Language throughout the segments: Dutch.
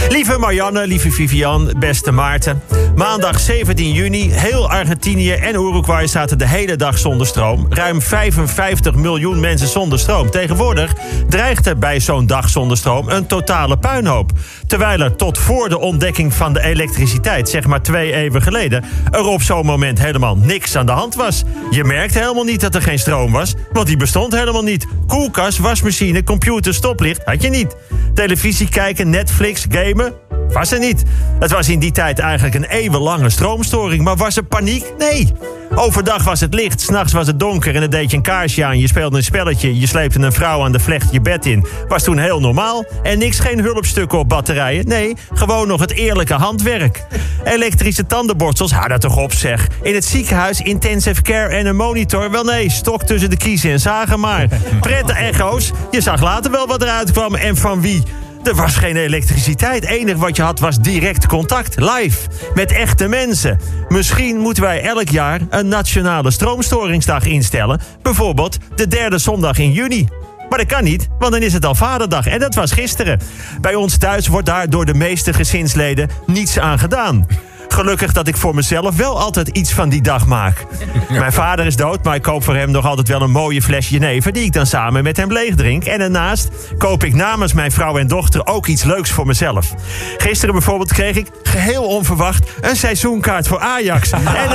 Lieve Marianne, lieve Vivian, beste Maarten. Maandag 17 juni, heel Argentinië en Uruguay zaten de hele dag zonder stroom. Ruim 55 miljoen mensen zonder stroom. Tegenwoordig dreigt er bij zo'n dag zonder stroom een totale puinhoop. Terwijl er tot voor de ontdekking van de elektriciteit, zeg maar 2 eeuwen geleden, er op zo'n moment helemaal niks aan de hand was. Je merkte helemaal niet dat er geen stroom was, want die bestond helemaal niet. Koelkast, wasmachine, computer, stoplicht had je niet. Televisie kijken, Netflix, gamen, was er niet. Het was in die tijd eigenlijk een eeuwenlange stroomstoring. Maar was er paniek? Nee. Overdag was het licht, 's nachts was het donker en dan deed je een kaarsje aan. Je speelde een spelletje, je sleepte een vrouw aan de vlecht je bed in. Was toen heel normaal. En geen hulpstukken op batterijen. Nee, gewoon nog het eerlijke handwerk. Elektrische tandenborstels, hou dat toch op zeg. In het ziekenhuis intensive care en een monitor. Wel nee, stok tussen de kiezen en zagen maar. Pret-echo's, je zag later wel wat eruit kwam en van wie. Er was geen elektriciteit. Het enige wat je had was direct contact, live, met echte mensen. Misschien moeten wij elk jaar een nationale stroomstoringsdag instellen. Bijvoorbeeld de 3e zondag in juni. Maar dat kan niet, want dan is het al Vaderdag. En dat was gisteren. Bij ons thuis wordt daar door de meeste gezinsleden niets aan gedaan. Gelukkig dat ik voor mezelf wel altijd iets van die dag maak. Mijn vader is dood, maar ik koop voor hem nog altijd wel een mooie fles jenever die ik dan samen met hem leeg drink. En daarnaast koop ik namens mijn vrouw en dochter ook iets leuks voor mezelf. Gisteren bijvoorbeeld kreeg ik, geheel onverwacht, een seizoenkaart voor Ajax.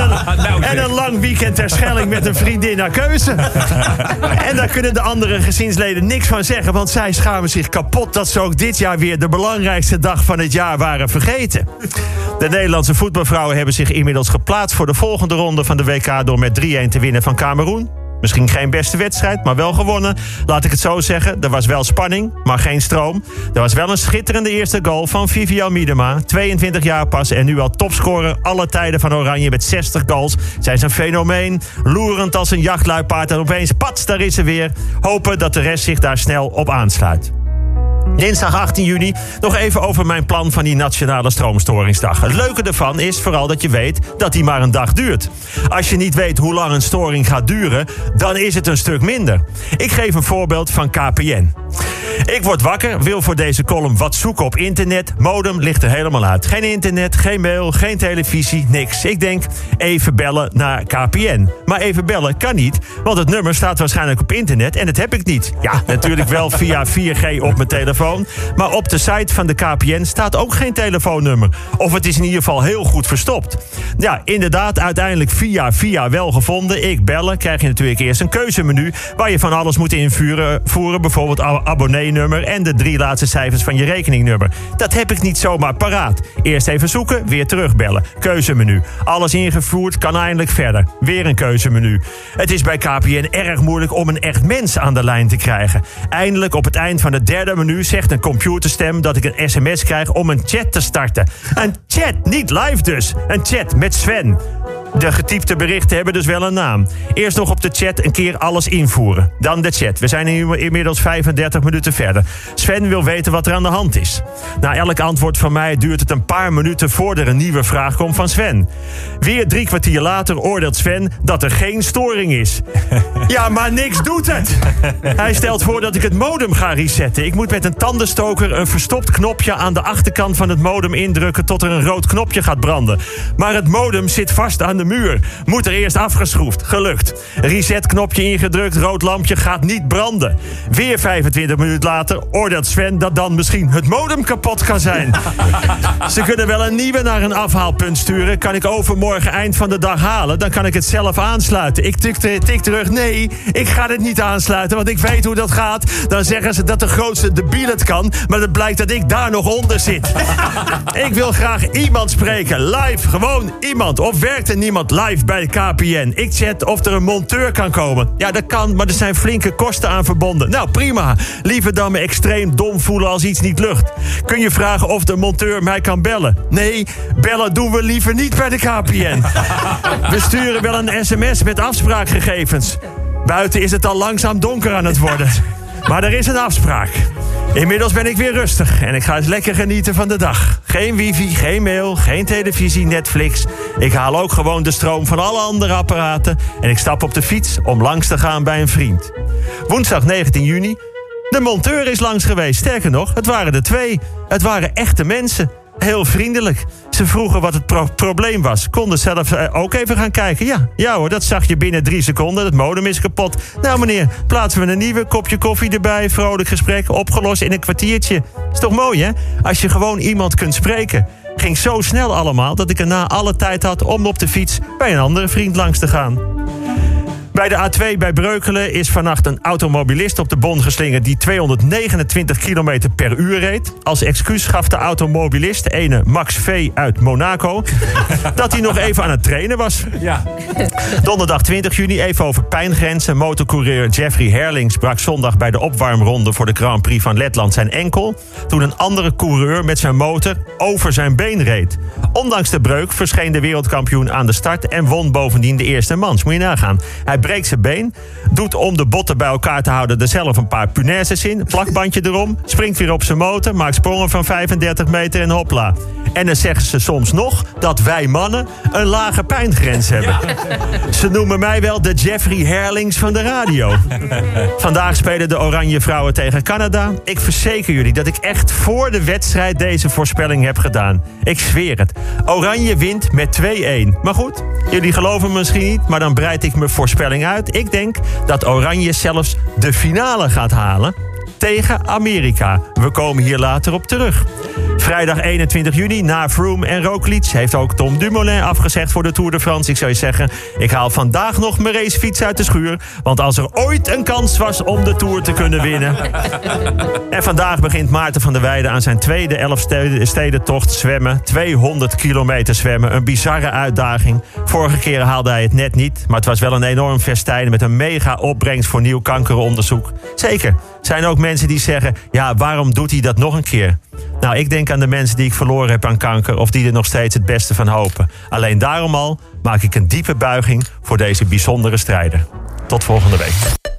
En een lang weekend ter Schelling met een vriendin naar keuze. En daar kunnen de andere gezinsleden niks van zeggen, want zij schamen zich kapot dat ze ook dit jaar weer de belangrijkste dag van het jaar waren vergeten. De Nederlandse voetbalvrouwen hebben zich inmiddels geplaatst voor de volgende ronde van de WK door met 3-1 te winnen van Kameroen. Misschien geen beste wedstrijd, maar wel gewonnen. Laat ik het zo zeggen, er was wel spanning, maar geen stroom. Er was wel een schitterende eerste goal van Vivian Miedema. 22 jaar pas en nu al topscorer alle tijden van Oranje met 60 goals. Zij is een fenomeen, loerend als een jachtluipaard. En opeens, pats, daar is ze weer. Hopen dat de rest zich daar snel op aansluit. Dinsdag 18 juni, nog even over mijn plan van die nationale stroomstoringsdag. Het leuke ervan is vooral dat je weet dat die maar een dag duurt. Als je niet weet hoe lang een storing gaat duren, dan is het een stuk minder. Ik geef een voorbeeld van KPN. Ik word wakker, wil voor deze column wat zoeken op internet. Modem ligt er helemaal uit. Geen internet, geen mail, geen televisie, niks. Ik denk, even bellen naar KPN. Maar even bellen kan niet, want het nummer staat waarschijnlijk op internet en dat heb ik niet. Ja, natuurlijk wel via 4G op mijn telefoon. Maar op de site van de KPN staat ook geen telefoonnummer. Of het is in ieder geval heel goed verstopt. Ja, inderdaad, uiteindelijk via wel gevonden. Ik bellen, krijg je natuurlijk eerst een keuzemenu waar je van alles moet invoeren. Bijvoorbeeld abonneennummer en de 3 laatste cijfers van je rekeningnummer. Dat heb ik niet zomaar paraat. Eerst even zoeken, weer terugbellen. Keuzemenu. Alles ingevoerd, kan eindelijk verder. Weer een keuzemenu. Het is bij KPN erg moeilijk om een echt mens aan de lijn te krijgen. Eindelijk op het eind van het 3e menu zegt een computerstem dat ik een sms krijg om een chat te starten. Een chat, niet live dus. Een chat met Sven. De getypte berichten hebben dus wel een naam. Eerst nog op de chat een keer alles invoeren. Dan de chat. We zijn inmiddels 35 minuten verder. Sven wil weten wat er aan de hand is. Na elk antwoord van mij duurt het een paar minuten voordat er een nieuwe vraag komt van Sven. Weer 3 kwartier later oordeelt Sven dat er geen storing is. Ja, maar niks doet het. Hij stelt voor dat ik het modem ga resetten. Ik moet met een tandenstoker een verstopt knopje aan de achterkant van het modem indrukken tot er een rood knopje gaat branden. Maar het modem zit vast aan de muur. Moet er eerst afgeschroefd. Gelukt. Reset-knopje ingedrukt. Rood lampje gaat niet branden. Weer 25 minuten later oordeelt Sven dat dan misschien het modem kapot kan zijn. Ze kunnen wel een nieuwe naar een afhaalpunt sturen. Kan ik overmorgen eind van de dag halen? Dan kan ik het zelf aansluiten. Ik tik terug. Nee, ik ga het niet aansluiten, want ik weet hoe dat gaat. Dan zeggen ze dat de grootste debiel het kan, maar het blijkt dat ik daar nog onder zit. Ik wil graag iemand spreken. Live, gewoon iemand. Of werkt er niemand live bij de KPN? Ik chat of er een monteur kan komen. Ja, dat kan, maar er zijn flinke kosten aan verbonden. Nou, prima. Liever dan me extreem dom voelen als iets niet lukt. Kun je vragen of de monteur mij kan bellen? Nee, bellen doen we liever niet bij de KPN. We sturen wel een sms met afspraakgegevens. Buiten is het al langzaam donker aan het worden. Maar er is een afspraak. Inmiddels ben ik weer rustig en ik ga eens lekker genieten van de dag. Geen wifi, geen mail, geen televisie, Netflix. Ik haal ook gewoon de stroom van alle andere apparaten en ik stap op de fiets om langs te gaan bij een vriend. Woensdag 19 juni. De monteur is langs geweest. Sterker nog, het waren er 2. Het waren echte mensen. Heel vriendelijk. Ze vroegen wat het probleem was. Konden zelf ook even gaan kijken. Ja hoor, dat zag je binnen 3 seconden. Het modem is kapot. Nou meneer, plaatsen we een nieuwe, kopje koffie erbij. Vrolijk gesprek, opgelost in een kwartiertje. Is toch mooi, hè? Als je gewoon iemand kunt spreken. Ging zo snel allemaal dat ik erna alle tijd had om op de fiets bij een andere vriend langs te gaan. Bij de A2 bij Breukelen is vannacht een automobilist op de bon geslingerd die 229 km per uur reed. Als excuus gaf de automobilist, ene Max V. uit Monaco, dat hij nog even aan het trainen was. Ja. Donderdag 20 juni, even over pijngrenzen. Motorcoureur Jeffrey Herlings brak zondag bij de opwarmronde voor de Grand Prix van Letland zijn enkel, toen een andere coureur met zijn motor over zijn been reed. Ondanks de breuk verscheen de wereldkampioen aan de start en won bovendien de eerste mans. Moet je nagaan. Hij breekt zijn been, doet om de botten bij elkaar te houden er zelf een paar punaises in, plakbandje erom, springt weer op zijn motor, maakt sprongen van 35 meter en hopla. En dan zeggen ze soms nog dat wij mannen een lage pijngrens hebben. Ja. Ze noemen mij wel de Jeffrey Herlings van de radio. Vandaag spelen de Oranje Vrouwen tegen Canada. Ik verzeker jullie dat ik echt voor de wedstrijd deze voorspelling heb gedaan. Ik zweer het. Oranje wint met 2-1. Maar goed, jullie geloven me misschien niet, maar dan breid ik mijn voorspelling uit. Ik denk dat Oranje zelfs de finale gaat halen tegen Amerika. We komen hier later op terug. Vrijdag 21 juni, na Froome en Roglic, heeft ook Tom Dumoulin afgezegd voor de Tour de France. Ik zou je zeggen, ik haal vandaag nog mijn racefiets uit de schuur. Want als er ooit een kans was om de Tour te kunnen winnen. En vandaag begint Maarten van der Weijden aan zijn tweede 11-stedentocht zwemmen. 200 kilometer zwemmen, een bizarre uitdaging. Vorige keer haalde hij het net niet, maar het was wel een enorm festijn met een mega opbrengst voor nieuw kankeronderzoek. Zeker, zijn ook mensen die zeggen, ja, waarom doet hij dat nog een keer? Nou, ik denk aan de mensen die ik verloren heb aan kanker of die er nog steeds het beste van hopen. Alleen daarom al maak ik een diepe buiging voor deze bijzondere strijder. Tot volgende week.